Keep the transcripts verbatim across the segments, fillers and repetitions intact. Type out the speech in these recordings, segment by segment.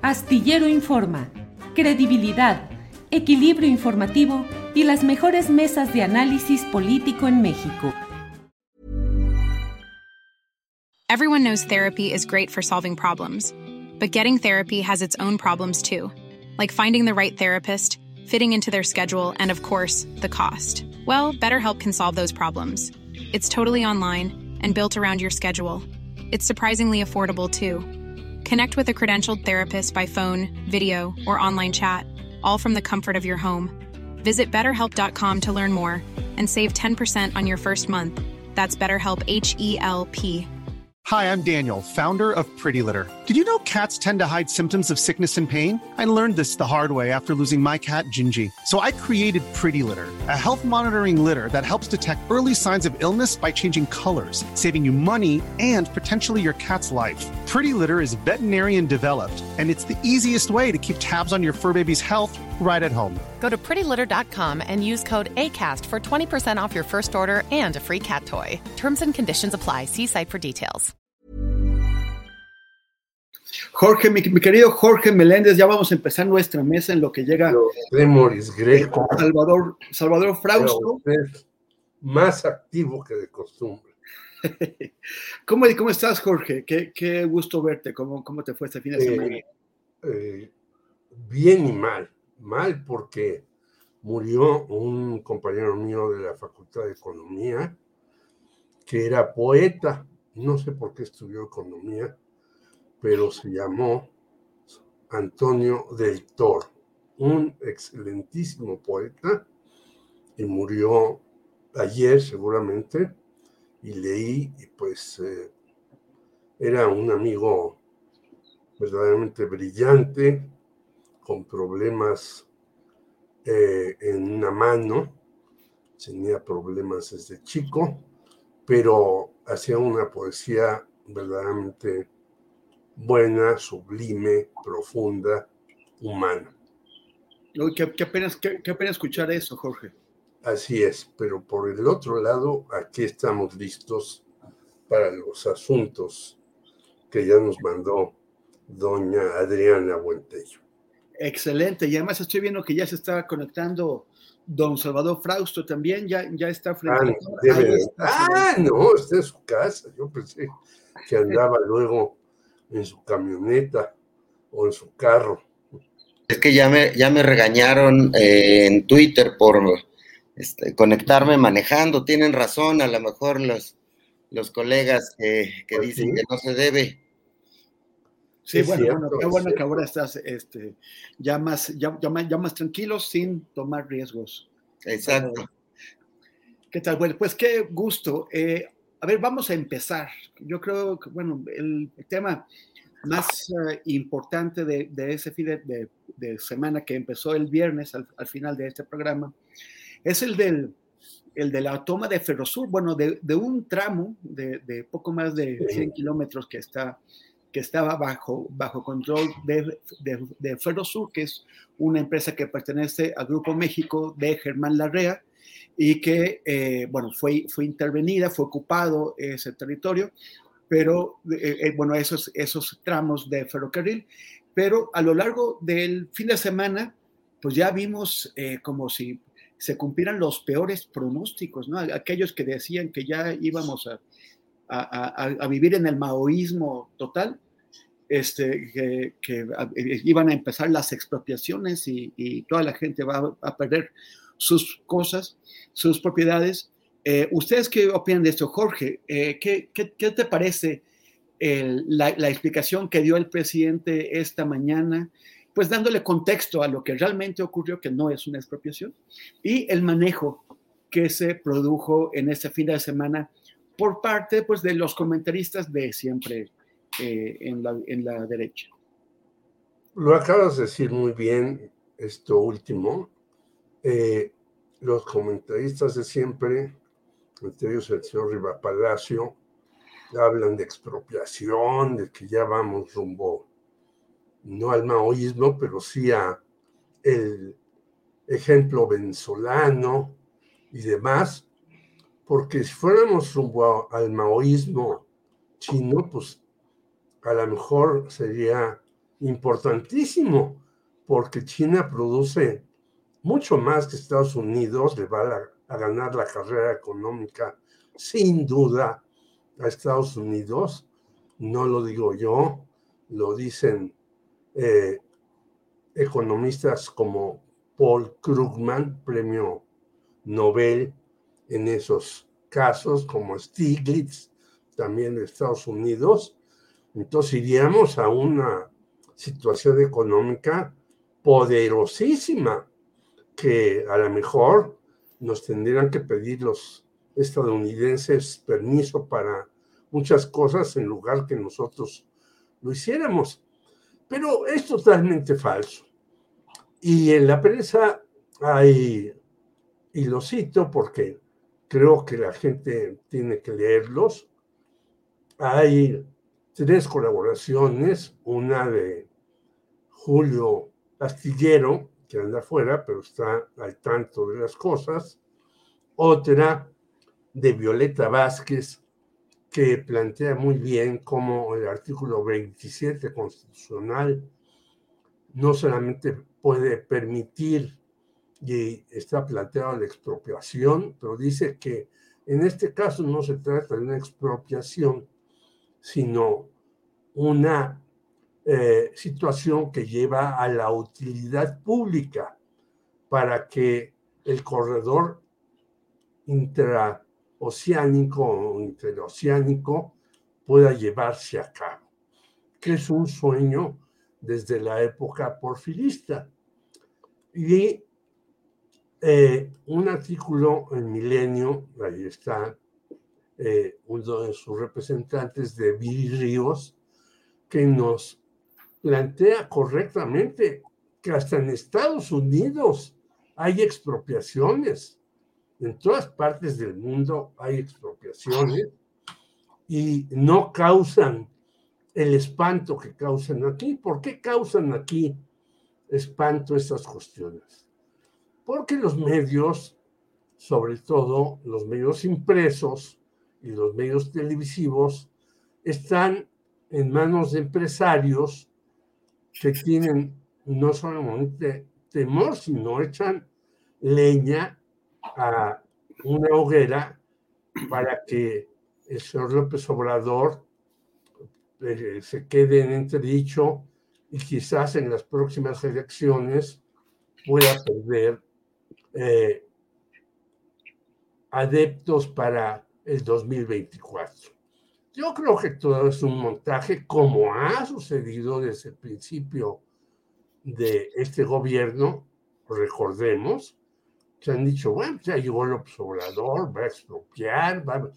Astillero Informa, credibilidad, equilibrio informativo y las mejores mesas de análisis político en México. Everyone knows therapy is great for solving problems, but getting therapy has its own problems too, like finding the right therapist, fitting into their schedule, and of course, the cost. Well, BetterHelp can solve those problems. It's totally online and built around your schedule. It's surprisingly affordable too. Connect with a credentialed therapist by phone, video, or online chat, all from the comfort of your home. Visit better help dot com to learn more and save ten percent on your first month. That's BetterHelp, H E L P. Hi, I'm Daniel, founder of Pretty Litter. Did you know cats tend to hide symptoms of sickness and pain? I learned this the hard way after losing my cat, Gingy. So I created Pretty Litter, a health monitoring litter that helps detect early signs of illness by changing colors, saving you money and potentially your cat's life. Pretty Litter is veterinarian developed, and it's the easiest way to keep tabs on your fur baby's health right at home. Go to pretty litter dot com and use code ACAST for twenty percent off your first order and a free cat toy. Terms and conditions apply. See site for details. Jorge, mi, mi querido Jorge Meléndez, ya vamos a empezar nuestra mesa en lo que llega Tremoris Greco. Salvador, Salvador Frausto. Más activo que de costumbre. ¿Cómo, ¿Cómo estás, Jorge? Qué, qué gusto verte. ¿Cómo, ¿Cómo te fue este fin de semana? Eh, eh, bien y mal. Mal porque murió un compañero mío de la Facultad de Economía que era poeta. No sé por qué estudió economía, pero se llamó Antonio del Toro, un excelentísimo poeta, y murió ayer seguramente, y leí, y pues eh, era un amigo verdaderamente brillante, con problemas eh, en una mano, tenía problemas desde chico, pero hacía una poesía verdaderamente buena, sublime, profunda, humana. Uy, qué, qué, pena, qué, qué pena escuchar eso, Jorge. Así es, pero por el otro lado, aquí estamos listos para los asuntos que ya nos mandó doña Adriana Buentello. Excelente, y además estoy viendo que ya se está conectando don Salvador Frausto también, ya, ya está frente ah, a la Ah, no, está en su casa. Yo pensé que andaba luego en su camioneta o en su carro. Es que ya me, ya me regañaron eh, en Twitter por este, conectarme manejando. Tienen razón, a lo mejor los, los colegas que, que pues dicen sí. que no se debe. Sí, es bueno, cierto, bueno, qué bueno que ahora estás este, ya, más, ya, ya, más, ya más tranquilo sin tomar riesgos. Exacto. ¿Qué tal? Bueno, pues qué gusto. Eh, a ver, vamos a empezar. Yo creo que, bueno, el, el tema más uh, importante de, de ese fin de, de, de semana que empezó el viernes al, al final de este programa es el, del, el de la toma de Ferrosur, bueno, de, de un tramo de, de poco más de cien kilómetros que está que estaba bajo, bajo control de, de, de Ferrosur, que es una empresa que pertenece al Grupo México de Germán Larrea, y que, eh, bueno, fue, fue intervenida, fue ocupado ese territorio, pero, eh, eh, bueno, esos, esos tramos de ferrocarril, pero a lo largo del fin de semana, pues ya vimos eh, como si se cumplieran los peores pronósticos, ¿no? Aquellos que decían que ya íbamos a A, a, a vivir en el maoísmo total, este, que, que a, iban a empezar las expropiaciones y, y toda la gente va a perder sus cosas, sus propiedades. Eh, ¿Ustedes qué opinan de esto, Jorge? Eh, ¿qué, qué, ¿Qué te parece el, la, la explicación que dio el presidente esta mañana? Pues dándole contexto a lo que realmente ocurrió, que no es una expropiación, y el manejo que se produjo en este fin de semana por parte, pues, de los comentaristas de siempre eh, en, la, en la derecha. Lo acabas de decir muy bien, esto último. Eh, los comentaristas de siempre, entre ellos el señor Riva Palacio, hablan de expropiación, de que ya vamos rumbo, no al maoísmo, pero sí a el ejemplo venezolano y demás. Porque si fuéramos rumbo al maoísmo chino, pues a lo mejor sería importantísimo, porque China produce mucho más que Estados Unidos, le va a, a ganar la carrera económica sin duda a Estados Unidos. No lo digo yo, lo dicen eh, economistas como Paul Krugman, premio Nobel en esos casos, como Stiglitz, también de Estados Unidos. Entonces iríamos a una situación económica poderosísima, que a lo mejor nos tendrían que pedir los estadounidenses permiso para muchas cosas en lugar que nosotros lo hiciéramos. Pero es totalmente falso. Y en la prensa hay, y lo cito porque creo que la gente tiene que leerlos, hay tres colaboraciones, una de Julio Astillero, que anda afuera, pero está al tanto de las cosas, otra de Violeta Vázquez, que plantea muy bien cómo el artículo veintisiete constitucional no solamente puede permitir, y está planteado la expropiación, pero dice que en este caso no se trata de una expropiación, sino una eh, situación que lleva a la utilidad pública para que el corredor intraoceánico o interoceánico pueda llevarse a cabo, que es un sueño desde la época porfirista. Y eh, un artículo en Milenio, ahí está eh, uno de sus representantes, de Viri Ríos, que nos plantea correctamente que hasta en Estados Unidos hay expropiaciones. En todas partes del mundo hay expropiaciones y no causan el espanto que causan aquí. ¿Por qué causan aquí espanto estas cuestiones? Porque los medios, sobre todo los medios impresos y los medios televisivos, están en manos de empresarios que tienen no solamente temor, sino echan leña a una hoguera para que el señor López Obrador eh, se quede en entredicho y quizás en las próximas elecciones pueda perder eh, adeptos para el dos mil veinticuatro. Yo creo que todo es un montaje, como ha sucedido desde el principio de este gobierno. Recordemos que han dicho, bueno, ya llegó López Obrador, va a expropiar, va a...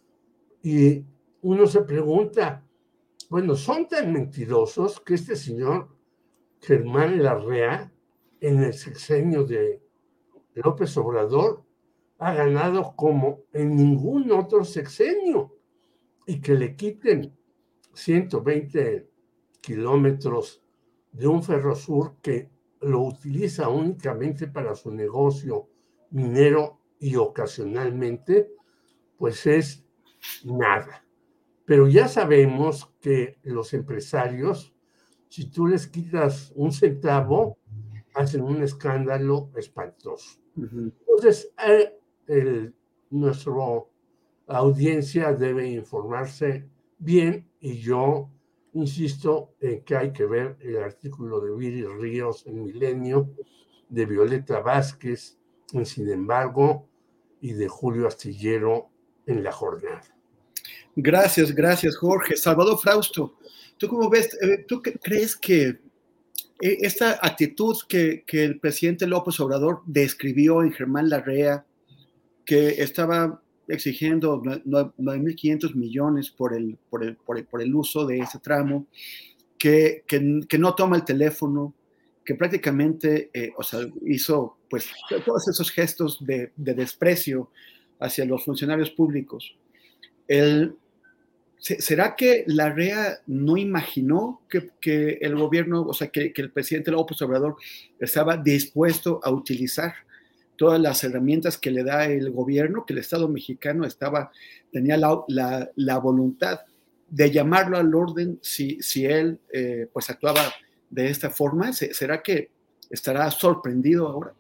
y uno se pregunta, bueno, son tan mentirosos que este señor Germán Larrea, en el sexenio de López Obrador, ha ganado como en ningún otro sexenio, y que le quiten ciento veinte kilómetros de un Ferrosur que lo utiliza únicamente para su negocio minero y ocasionalmente, pues es nada. Pero ya sabemos que los empresarios, si tú les quitas un centavo, hacen un escándalo espantoso. Uh-huh. Entonces, eh, el, nuestra audiencia debe informarse bien, y yo insisto en que hay que ver el artículo de Viri Ríos en Milenio, de Violeta Vázquez en Sin embargo, y de Julio Astillero en La Jornada. Gracias, gracias, Jorge. Salvador Frausto, ¿tú cómo ves? ¿Tú crees que esta actitud que, que el presidente López Obrador describió en Germán Larrea, que estaba exigiendo nueve mil quinientos millones por el, por, el, por, el, por el uso de ese tramo, que, que, que no toma el teléfono, que prácticamente eh, o sea, hizo pues, todos esos gestos de, de desprecio hacia los funcionarios públicos? El, ¿Será que Larrea no imaginó que, que el gobierno, o sea, que, que el presidente López Obrador estaba dispuesto a utilizar todas las herramientas que le da el gobierno, que el Estado mexicano estaba, tenía la, la, la voluntad de llamarlo al orden si, si él eh, pues actuaba de esta forma? ¿Será que estará sorprendido ahora?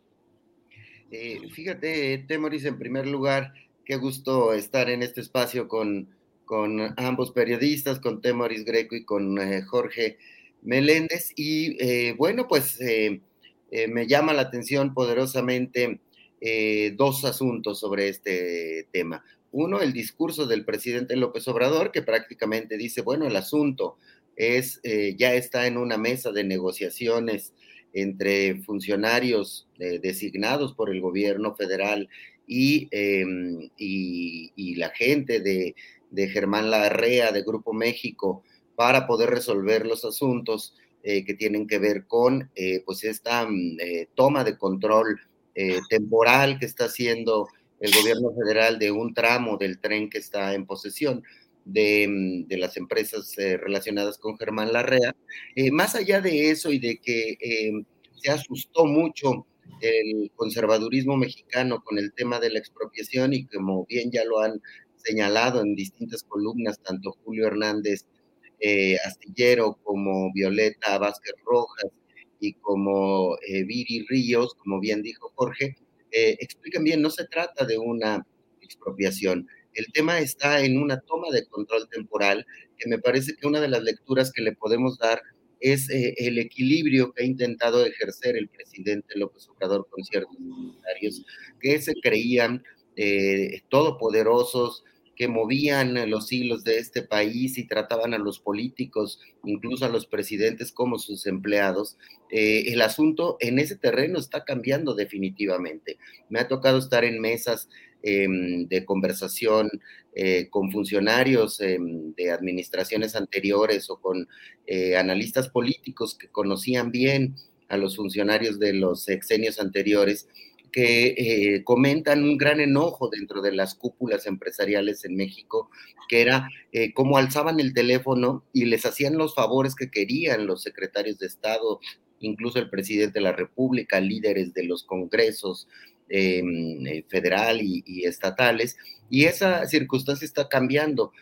Eh, fíjate, Temoris, en primer lugar, qué gusto estar en este espacio con, con ambos periodistas, con Temoris Greco y con eh, Jorge Meléndez. Y eh, bueno, pues eh, eh, me llama la atención poderosamente eh, dos asuntos sobre este tema. Uno, el discurso del presidente López Obrador, que prácticamente dice, bueno, el asunto es, eh, ya está en una mesa de negociaciones entre funcionarios eh, designados por el gobierno federal y, eh, y, y la gente de, de Germán Larrea, de Grupo México, para poder resolver los asuntos eh, que tienen que ver con eh, pues esta eh, toma de control eh, temporal que está haciendo el gobierno federal de un tramo del tren que está en posesión de, de las empresas eh, relacionadas con Germán Larrea. Eh, más allá de eso y de que eh, se asustó mucho el conservadurismo mexicano con el tema de la expropiación, y como bien ya lo han señalado en distintas columnas, tanto Julio Hernández eh, Astillero como Violeta Vázquez Rojas y como eh, Viri Ríos, como bien dijo Jorge, eh, explican bien, no se trata de una expropiación. El tema está en una toma de control temporal, que me parece que una de las lecturas que le podemos dar es eh, el equilibrio que ha intentado ejercer el presidente López Obrador con ciertos funcionarios que se creían eh, todopoderosos, que movían los hilos de este país y trataban a los políticos, incluso a los presidentes, como sus empleados. Eh, el asunto en ese terreno está cambiando definitivamente. Me ha tocado estar en mesas eh, de conversación eh, con funcionarios eh, de administraciones anteriores o con eh, analistas políticos que conocían bien a los funcionarios de los sexenios anteriores, que eh, comentan un gran enojo dentro de las cúpulas empresariales en México, que era eh, cómo alzaban el teléfono y les hacían los favores que querían los secretarios de Estado, incluso el presidente de la República, líderes de los congresos eh, federal y, y estatales, y esa circunstancia está cambiando.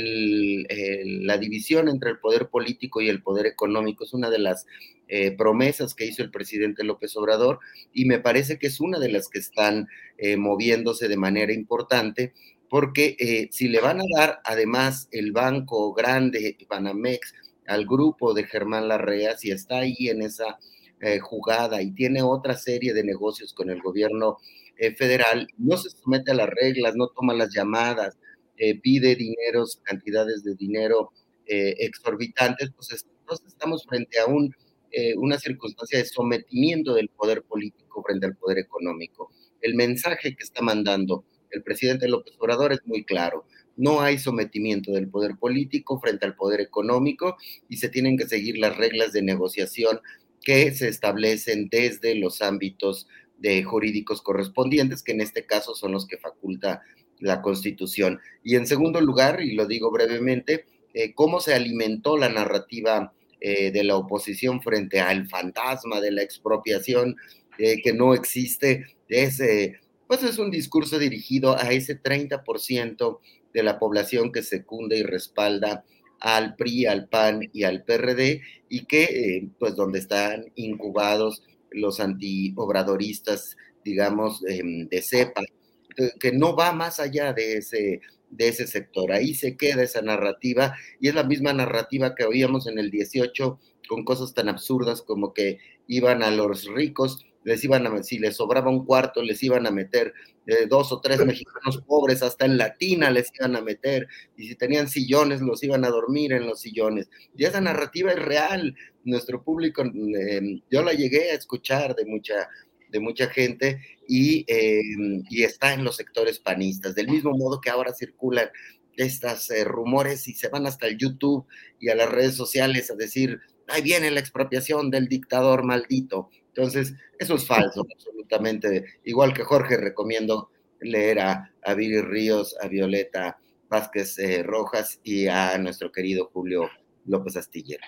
El, el, la división entre el poder político y el poder económico es una de las eh, promesas que hizo el presidente López Obrador, y me parece que es una de las que están eh, moviéndose de manera importante, porque eh, si le van a dar además el banco grande, Banamex, al grupo de Germán Larrea, si está ahí en esa eh, jugada y tiene otra serie de negocios con el gobierno eh, federal, no se somete a las reglas, no toma las llamadas, eh, pide dineros, cantidades de dinero eh, exorbitantes, pues entonces estamos frente a un, eh, una circunstancia de sometimiento del poder político frente al poder económico. El mensaje que está mandando el presidente López Obrador es muy claro: no hay sometimiento del poder político frente al poder económico, y se tienen que seguir las reglas de negociación que se establecen desde los ámbitos de jurídicos correspondientes, que en este caso son los que faculta la Constitución. Y en segundo lugar, y lo digo brevemente, eh, cómo se alimentó la narrativa eh, de la oposición frente al fantasma de la expropiación, eh, que no existe. Es, eh, pues es un discurso dirigido a ese treinta por ciento de la población que secunda y respalda al P R I, al P A N y al P R D, y que, eh, pues, donde están incubados los antiobradoristas, digamos, eh, de cepa, que no va más allá de ese, de ese sector. Ahí se queda esa narrativa, y es la misma narrativa que oíamos en el dieciocho, con cosas tan absurdas como que iban a los ricos, les iban a, si les sobraba un cuarto, les iban a meter eh, dos o tres mexicanos pobres, hasta en la tina les iban a meter, y si tenían sillones, los iban a dormir en los sillones. Y esa narrativa es real. Nuestro público, eh, yo la llegué a escuchar de mucha, de mucha gente, y, eh, y está en los sectores panistas, del mismo modo que ahora circulan estos eh, rumores y se van hasta el YouTube y a las redes sociales a decir: ahí viene la expropiación del dictador maldito. Entonces, eso es falso, absolutamente. Igual que Jorge, recomiendo leer a, a Viri Ríos, a Violeta Vázquez eh, Rojas y a nuestro querido Julio López Astillero.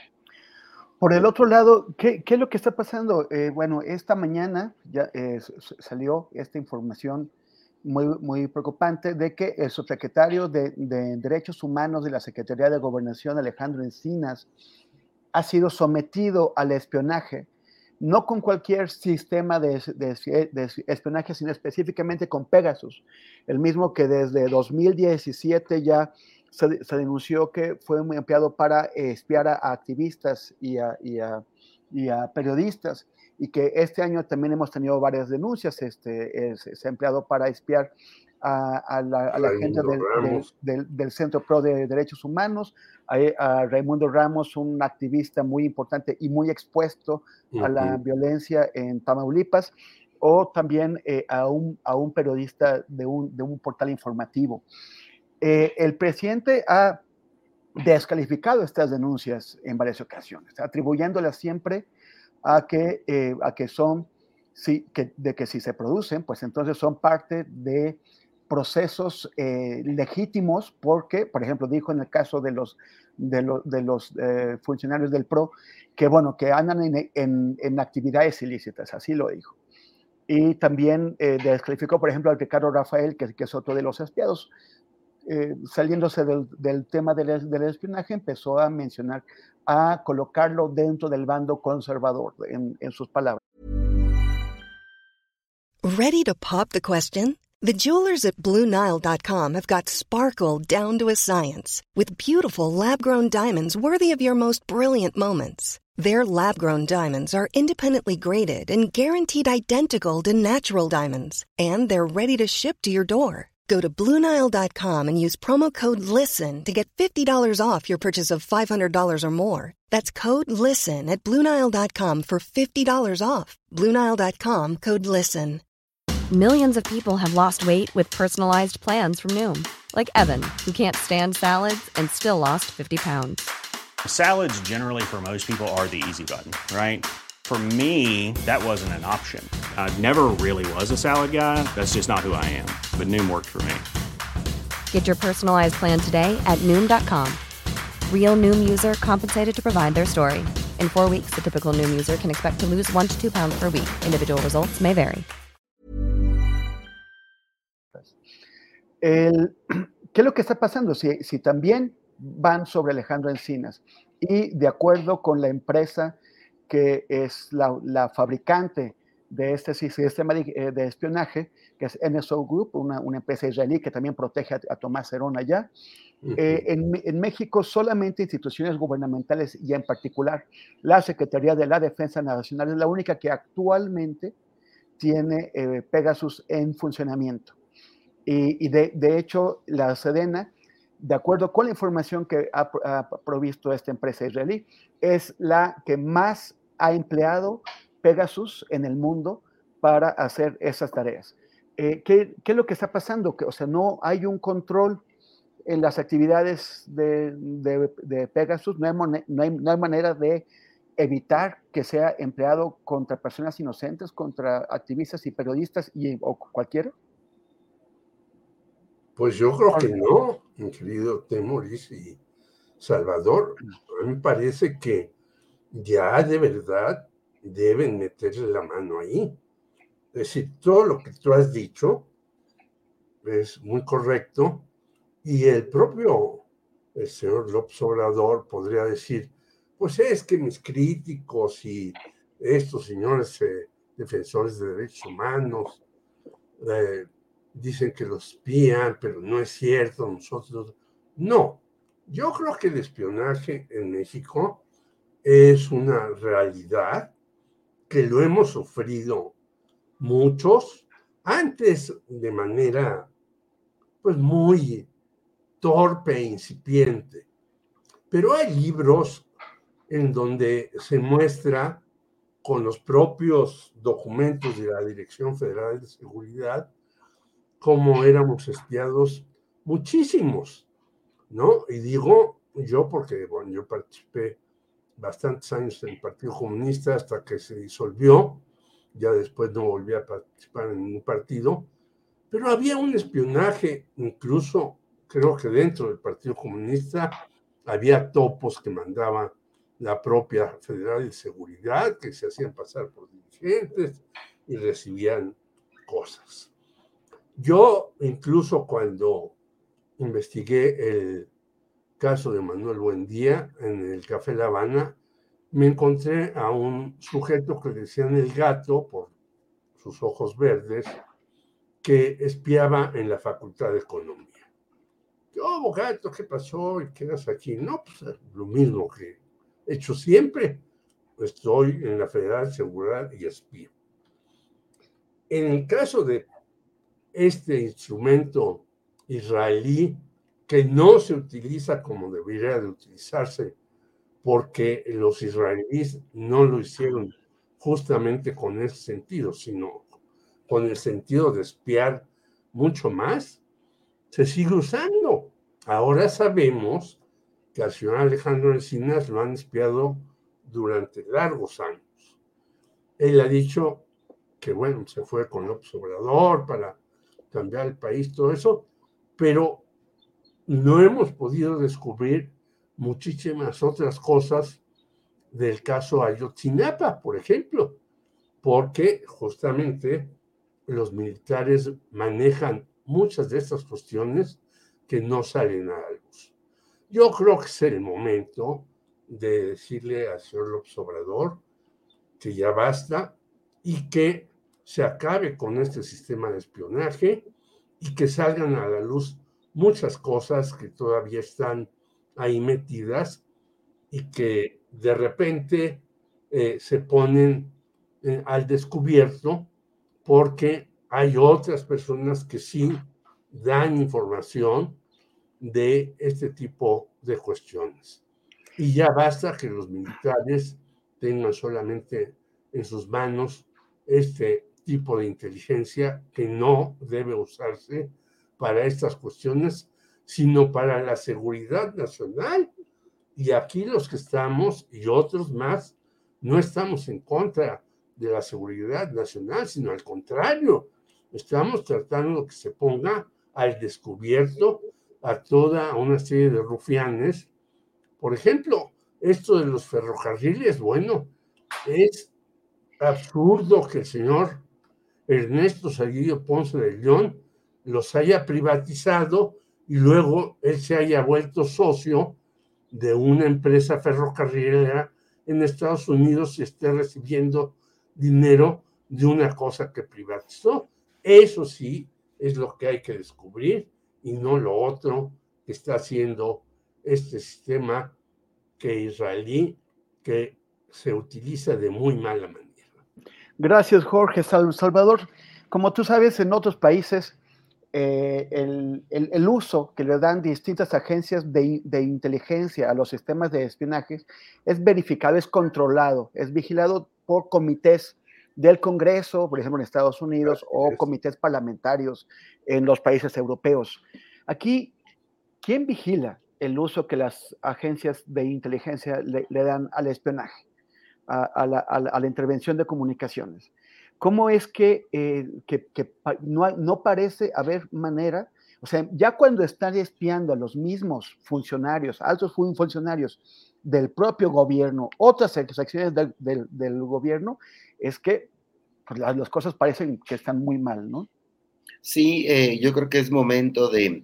Por el otro lado, ¿qué, qué es lo que está pasando? Eh, bueno, esta mañana ya eh, salió esta información muy, muy preocupante de que el subsecretario de, de Derechos Humanos de la Secretaría de Gobernación, Alejandro Encinas, ha sido sometido al espionaje, no con cualquier sistema de, de, de espionaje, sino específicamente con Pegasus, el mismo que desde dos mil diecisiete ya se, se denunció que fue empleado para espiar a, a activistas y a, y, a, y a periodistas, y que este año también hemos tenido varias denuncias. Este, es, es empleado para espiar a, a, la, a la gente del, del, del, del Centro Pro de Derechos Humanos, a, a Raimundo Ramos, un activista muy importante y muy expuesto uh-huh. a la violencia en Tamaulipas, o también eh, a, un, a un periodista de un, de un portal informativo. Eh, el presidente ha descalificado estas denuncias en varias ocasiones, atribuyéndolas siempre a que, eh, a que son, sí, que, de que si se producen, pues entonces son parte de procesos eh, legítimos, porque, por ejemplo, dijo en el caso de los, de lo, de los eh, funcionarios del P R O, que bueno, que andan en, en, en actividades ilícitas, así lo dijo. Y también eh, descalificó, por ejemplo, al Ricardo Rafael, que, que es otro de los espiados. Eh, saliéndose del, del tema del, del espionaje, empezó a mencionar, a colocarlo dentro del bando conservador, en, en sus palabras. Ready to pop the question? The jewelers at Blue Nile dot com have got sparkle down to a science with beautiful lab-grown diamonds worthy of your most brilliant moments. Their lab-grown diamonds are independently graded and guaranteed identical to natural diamonds, and they're ready to ship to your door. Go to Blue Nile dot com and use promo code LISTEN to get fifty dollars off your purchase of five hundred dollars or more. That's code LISTEN at Blue Nile dot com for fifty dollars off. Blue Nile dot com, code LISTEN. Millions of people have lost weight with personalized plans from Noom. Like Evan, who can't stand salads and still lost fifty pounds. Salads generally for most people are the easy button, right? For me, that wasn't an option. I never really was a salad guy. That's just not who I am. But Noom worked for me. Get your personalized plan today at Noom dot com. Real Noom user compensated to provide their story. In four weeks, the typical Noom user can expect to lose one to two pounds per week. Individual results may vary. El, ¿Qué es lo que está pasando? Si, si también van sobre Alejandro Encinas y de acuerdo con la empresa que es la, la fabricante de este sistema de, de espionaje, que es N S O Group, una, una empresa israelí que también protege a, a Tomás Herón allá. Uh-huh. eh, en, en México solamente instituciones gubernamentales y en particular la Secretaría de la Defensa Nacional es la única que actualmente tiene eh, Pegasus en funcionamiento. Y, y de, de hecho la Sedena, de acuerdo con la información que ha, ha provisto esta empresa israelí, es la que más ha empleado Pegasus en el mundo para hacer esas tareas. Eh, ¿qué, ¿Qué es lo que está pasando? Que, o sea, no hay un control en las actividades de, de, de Pegasus, no hay, no, hay, no hay manera de evitar que sea empleado contra personas inocentes, contra activistas y periodistas y, o cualquiera. Pues yo creo que no, mi querido Temoris y Salvador. A mí me parece que ya de verdad deben meterle la mano ahí. Es decir, todo lo que tú has dicho es muy correcto y el propio el señor López Obrador podría decir, pues es que mis críticos y estos señores eh, defensores de derechos humanos eh, dicen que los espían, pero no es cierto, nosotros... No, yo creo que el espionaje en México es una realidad que lo hemos sufrido muchos, antes de manera pues muy torpe e incipiente. Pero hay libros en donde se muestra con los propios documentos de la Dirección Federal de Seguridad cómo éramos espiados muchísimos, ¿no? Y digo yo porque, bueno, yo participé bastantes años en el Partido Comunista hasta que se disolvió, ya después no volví a participar en ningún partido, pero había un espionaje, incluso creo que dentro del Partido Comunista había topos que mandaba la propia Federal de Seguridad, que se hacían pasar por dirigentes y recibían cosas. Yo, incluso cuando investigué el caso de Manuel Buendía en el Café La Habana, me encontré a un sujeto que le decían el gato por sus ojos verdes, que espiaba en la Facultad de Economía. Yo, gato, ¿qué pasó? ¿Y quedas aquí? No, pues lo mismo que he hecho siempre. Estoy en la Federal de Seguridad y espío. En el caso de este instrumento israelí, que no se utiliza como debería de utilizarse, porque los israelíes no lo hicieron justamente con ese sentido, sino con el sentido de espiar mucho más, se sigue usando. Ahora sabemos que al señor Alejandro Encinas lo han espiado durante largos años. Él ha dicho que, bueno, se fue con López Obrador para cambiar el país, todo eso, pero no hemos podido descubrir muchísimas otras cosas del caso Ayotzinapa, por ejemplo, porque justamente los militares manejan muchas de estas cuestiones que no salen a la luz. Yo creo que es el momento de decirle al señor López Obrador que ya basta y que se acabe con este sistema de espionaje y que salgan a la luz muchas cosas que todavía están ahí metidas y que de repente eh, se ponen eh, al descubierto porque hay otras personas que sí dan información de este tipo de cuestiones. Y ya basta que los militares tengan solamente en sus manos este tipo de inteligencia que no debe usarse para estas cuestiones, sino para la seguridad nacional. Y aquí los que estamos, y otros más, no estamos en contra de la seguridad nacional, sino al contrario, estamos tratando de que se ponga al descubierto a toda una serie de rufianes. Por ejemplo, esto de los ferrocarriles, bueno, es absurdo que el señor Ernesto Zedillo Ponce de León los haya privatizado y luego él se haya vuelto socio de una empresa ferrocarrilera en Estados Unidos y esté recibiendo dinero de una cosa que privatizó. Eso sí es lo que hay que descubrir y no lo otro que está haciendo este sistema que israelí que se utiliza de muy mala manera. Gracias, Jorge. Salvador, como tú sabes, en otros países eh, el, el, el uso que le dan distintas agencias de, de inteligencia a los sistemas de espionaje es verificado, es controlado, es vigilado por comités del Congreso, por ejemplo, en Estados Unidos, o comités parlamentarios en los países europeos. Aquí, ¿quién vigila el uso que las agencias de inteligencia le, le dan al espionaje, a, a, la, a, la, a la intervención de comunicaciones? ¿Cómo es que, eh, que, que no, no parece haber manera? O sea, ya cuando están espiando a los mismos funcionarios, altos funcionarios del propio gobierno, otras secciones del, del, del gobierno, es que pues, las, las cosas parecen que están muy mal, ¿no? Sí, eh, yo creo que es momento de,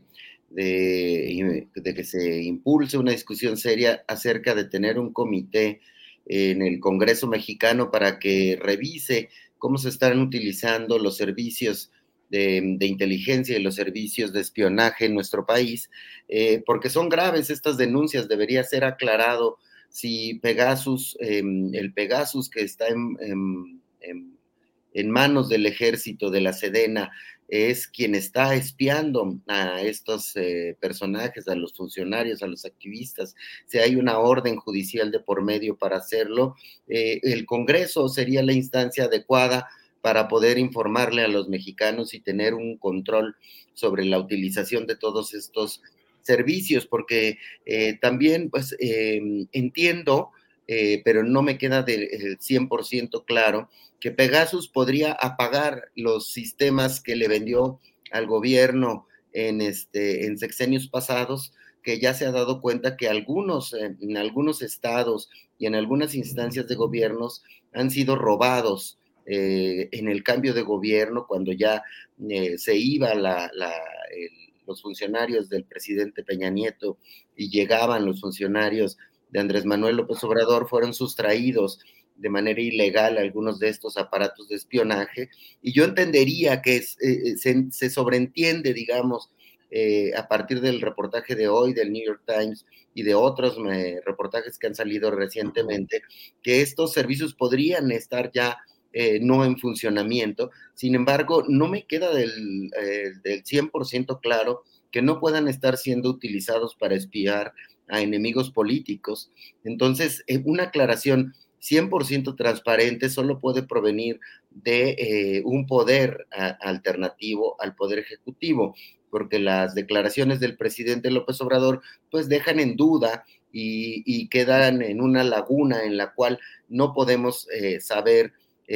de, de que se impulse una discusión seria acerca de tener un comité en el Congreso mexicano para que revise cómo se están utilizando los servicios de, de inteligencia y los servicios de espionaje en nuestro país, eh, porque son graves estas denuncias. Debería ser aclarado si Pegasus, eh, el Pegasus que está en, en, en, en manos del ejército, de la Sedena, es quien está espiando a estos eh, personajes, a los funcionarios, a los activistas. Si hay una orden judicial de por medio para hacerlo, eh, el Congreso sería la instancia adecuada para poder informarle a los mexicanos y tener un control sobre la utilización de todos estos servicios, porque eh, también pues eh, entiendo, eh, pero no me queda del cien por ciento claro, que Pegasus podría apagar los sistemas que le vendió al gobierno en, este, en sexenios pasados, que ya se ha dado cuenta que algunos, en algunos estados y en algunas instancias de gobiernos han sido robados eh, en el cambio de gobierno, cuando ya eh, se iba la, la, el, los funcionarios del presidente Peña Nieto y llegaban los funcionarios de Andrés Manuel López Obrador fueron sustraídos de manera ilegal algunos de estos aparatos de espionaje, y yo entendería que es, eh, se, se sobreentiende, digamos, eh, a partir del reportaje de hoy del New York Times y de otros eh, reportajes que han salido recientemente, que estos servicios podrían estar ya eh, no en funcionamiento. Sin embargo, no me queda del, eh, del cien por ciento claro que no puedan estar siendo utilizados para espiar a enemigos políticos. Entonces, eh, una aclaración cien por ciento transparente solo puede provenir de eh, un poder a, alternativo al poder ejecutivo, porque las declaraciones del presidente López Obrador pues dejan en duda y, y quedan en una laguna en la cual no podemos eh, saber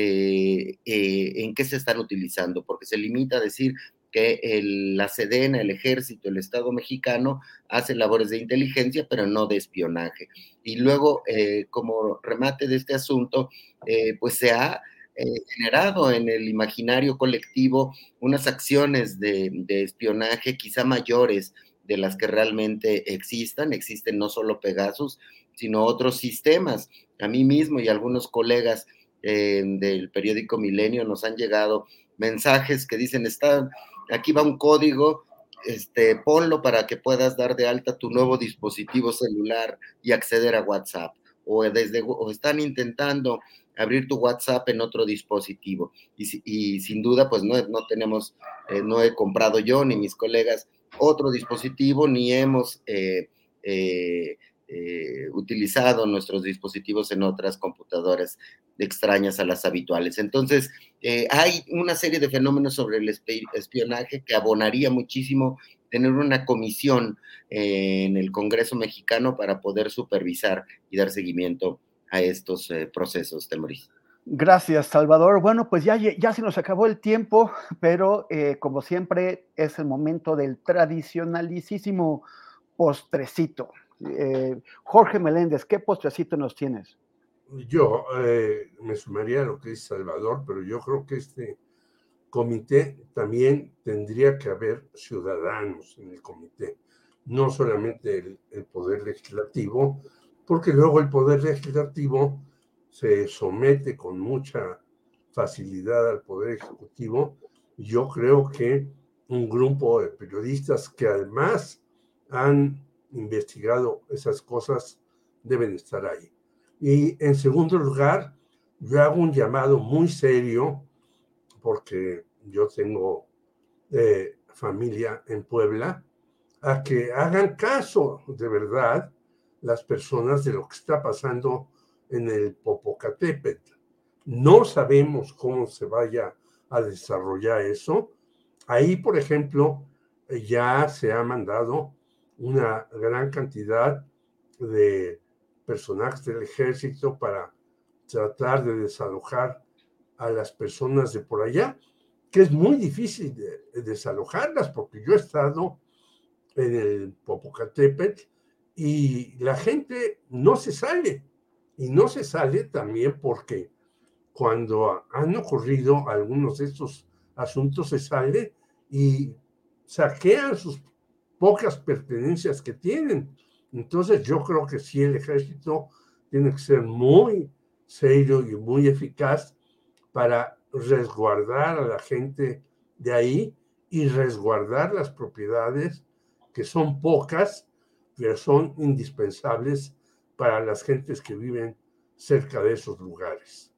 eh, eh, en qué se están utilizando, porque se limita a decir que el, la Sedena, el Ejército, el Estado mexicano hace labores de inteligencia, pero no de espionaje. Y luego, eh, como remate de este asunto, eh, pues se ha eh, generado en el imaginario colectivo unas acciones de, de espionaje quizá mayores de las que realmente existan. Existen no solo Pegasus, sino otros sistemas. A mí mismo y a algunos colegas eh, del periódico Milenio nos han llegado mensajes que dicen, está, aquí va un código, este, ponlo para que puedas dar de alta tu nuevo dispositivo celular y acceder a WhatsApp, o, desde, o están intentando abrir tu WhatsApp en otro dispositivo, y, y sin duda pues no, no tenemos, eh, no he comprado yo ni mis colegas otro dispositivo, ni hemos eh, eh, eh, utilizado nuestros dispositivos en otras computadoras extrañas a las habituales. Entonces, eh, hay una serie de fenómenos sobre el espionaje que abonaría muchísimo tener una comisión eh, en el Congreso mexicano para poder supervisar y dar seguimiento a estos eh, procesos, Temoris. Gracias, Salvador. Bueno, pues ya, ya se nos acabó el tiempo, pero eh, como siempre es el momento del tradicionalísimo postrecito. Eh, Jorge Meléndez, ¿qué postrecito nos tienes? Yo eh, me sumaría a lo que dice Salvador, pero yo creo que este comité también tendría que haber ciudadanos en el comité, no solamente el, el poder legislativo, porque luego el poder legislativo se somete con mucha facilidad al poder ejecutivo. Yo creo que un grupo de periodistas que además han investigado esas cosas deben estar ahí. Y en segundo lugar, yo hago un llamado muy serio, porque yo tengo eh, familia en Puebla, a que hagan caso de verdad las personas de lo que está pasando en el Popocatépetl. No sabemos cómo se vaya a desarrollar eso. Ahí, por ejemplo, ya se ha mandado una gran cantidad de personajes del ejército para tratar de desalojar a las personas de por allá, que es muy difícil de, de desalojarlas, porque yo he estado en el Popocatépetl y la gente no se sale, y no se sale también porque cuando han ocurrido algunos de estos asuntos se sale y saquean sus pocas pertenencias que tienen. Entonces yo creo que sí, el ejército tiene que ser muy serio y muy eficaz para resguardar a la gente de ahí y resguardar las propiedades, que son pocas, pero son indispensables para las gentes que viven cerca de esos lugares.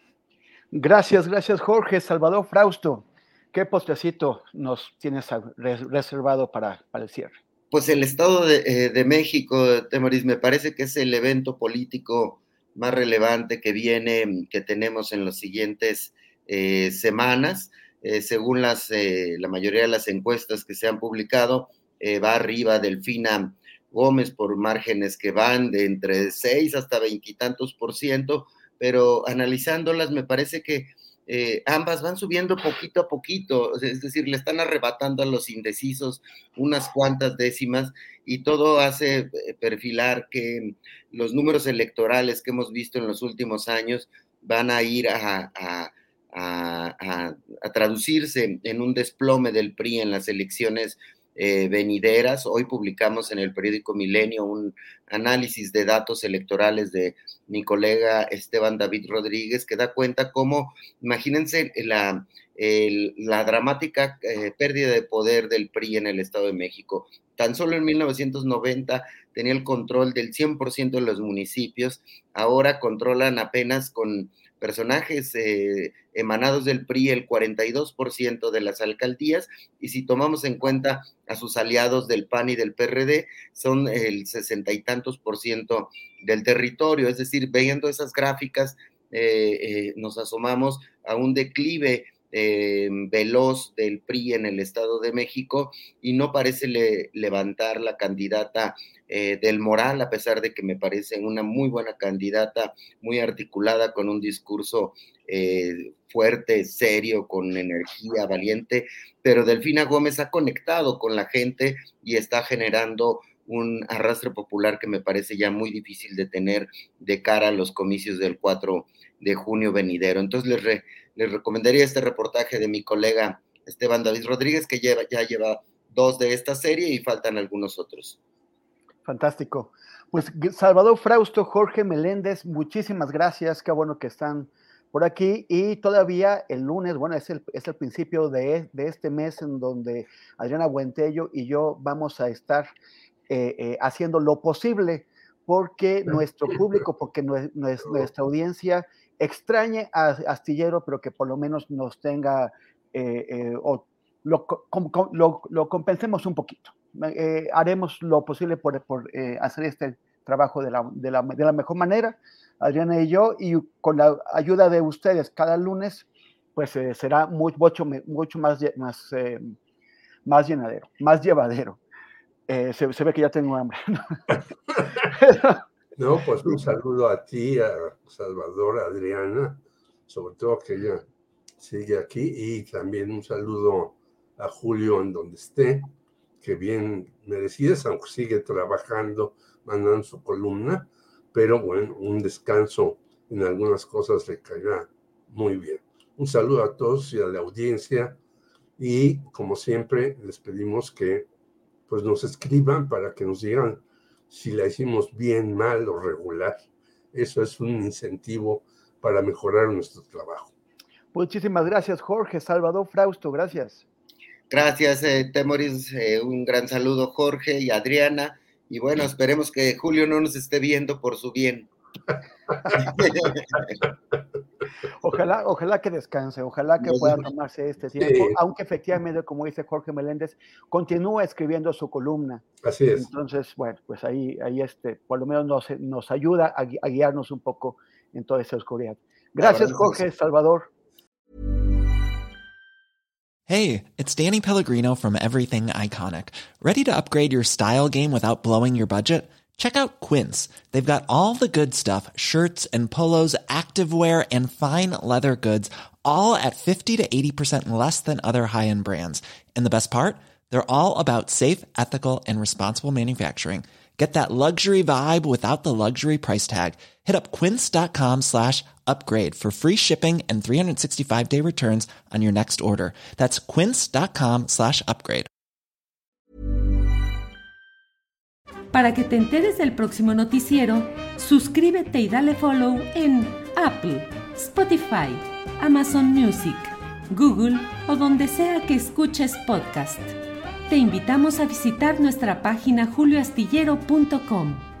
Gracias, gracias Jorge. Salvador Frausto, ¿qué postrecito nos tienes reservado para, para el cierre? Pues el Estado de, eh, de México, Temoris, me parece que es el evento político más relevante que viene, que tenemos en las siguientes eh, semanas. Eh, según las, eh, la mayoría de las encuestas que se han publicado, eh, va arriba Delfina Gómez por márgenes que van de entre seis hasta veintitantos por ciento, pero analizándolas me parece que Eh, ambas van subiendo poquito a poquito, es decir, le están arrebatando a los indecisos unas cuantas décimas, y todo hace perfilar que los números electorales que hemos visto en los últimos años van a ir a, a, a, a, a traducirse en un desplome del P R I en las elecciones eh, venideras. Hoy publicamos en el periódico Milenio un análisis de datos electorales de mi colega Esteban David Rodríguez, que da cuenta cómo, imagínense la, el, la dramática eh, pérdida de poder del P R I en el Estado de México. Tan solo en mil novecientos noventa tenía el control del cien por ciento de los municipios, ahora controlan apenas con personajes eh, emanados del P R I el cuarenta y dos por ciento de las alcaldías, y si tomamos en cuenta a sus aliados del P A N y del P R D, son el sesenta y tantos por ciento del territorio. Es decir, viendo esas gráficas, eh, eh, nos asomamos a un declive Eh, veloz del P R I en el Estado de México, y no parece le, levantar la candidata eh, del Moral, a pesar de que me parece una muy buena candidata, muy articulada, con un discurso eh, fuerte, serio, con energía, valiente, pero Delfina Gómez ha conectado con la gente y está generando un arrastre popular que me parece ya muy difícil de tener de cara a los comicios del cuatro de junio venidero. Entonces les, re, les recomendaría este reportaje de mi colega Esteban David Rodríguez, que lleva, ya lleva dos de esta serie y faltan algunos otros. Fantástico. Pues Salvador Frausto, Jorge Meléndez, muchísimas gracias, qué bueno que están por aquí, y todavía el lunes, bueno, es el, es el principio de, de este mes en donde Adriana Buentello y yo vamos a estar eh, eh, haciendo lo posible porque nuestro público, porque nuestra audiencia extrañe a Astillero, pero que por lo menos nos tenga, eh, eh, o lo, com, com, lo, lo compensemos un poquito. Eh, haremos lo posible por, por eh, hacer este trabajo de la, de, la, de la mejor manera, Adriana y yo, y con la ayuda de ustedes cada lunes, pues eh, será muy, mucho, mucho más, más, eh, más llenadero, más llevadero. Eh, se, se ve que ya tengo hambre. No, pues un saludo a ti, a Salvador, a Adriana, sobre todo que ella sigue aquí, y también un saludo a Julio en donde esté, que bien merecidas, aunque sigue trabajando, mandando su columna, pero bueno, un descanso en algunas cosas le caerá muy bien. Un saludo a todos y a la audiencia, y como siempre les pedimos que pues nos escriban para que nos digan si la hicimos bien, mal o regular. Eso es un incentivo para mejorar nuestro trabajo. Muchísimas gracias, Jorge. Salvador Frausto, gracias. Gracias, eh, Temoris. Eh, un gran saludo, Jorge y Adriana. Y bueno, esperemos que Julio no nos esté viendo por su bien. Ojalá, ojalá que descanse, ojalá que pueda tomarse este tiempo, sí. Aunque efectivamente, como dice Jorge Meléndez, continúa escribiendo su columna. Así es. Entonces, bueno, pues ahí, ahí este, por lo menos nos, nos ayuda a, a guiarnos un poco en toda esa oscuridad. Gracias, Jorge, Salvador. Hey, it's Danny Pellegrino from Everything Iconic. Ready to upgrade your style game without blowing your budget? Check out Quince. They've got all the good stuff, shirts and polos, activewear, and fine leather goods, all at fifty to eighty percent less than other high-end brands. And the best part? They're all about safe, ethical, and responsible manufacturing. Get that luxury vibe without the luxury price tag. Hit up quince.com slash upgrade for free shipping and three sixty-five day returns on your next order. That's quince.com slash upgrade. Para que te enteres del próximo noticiero, suscríbete y dale follow en Apple, Spotify, Amazon Music, Google o donde sea que escuches podcast. Te invitamos a visitar nuestra página julio astillero punto com.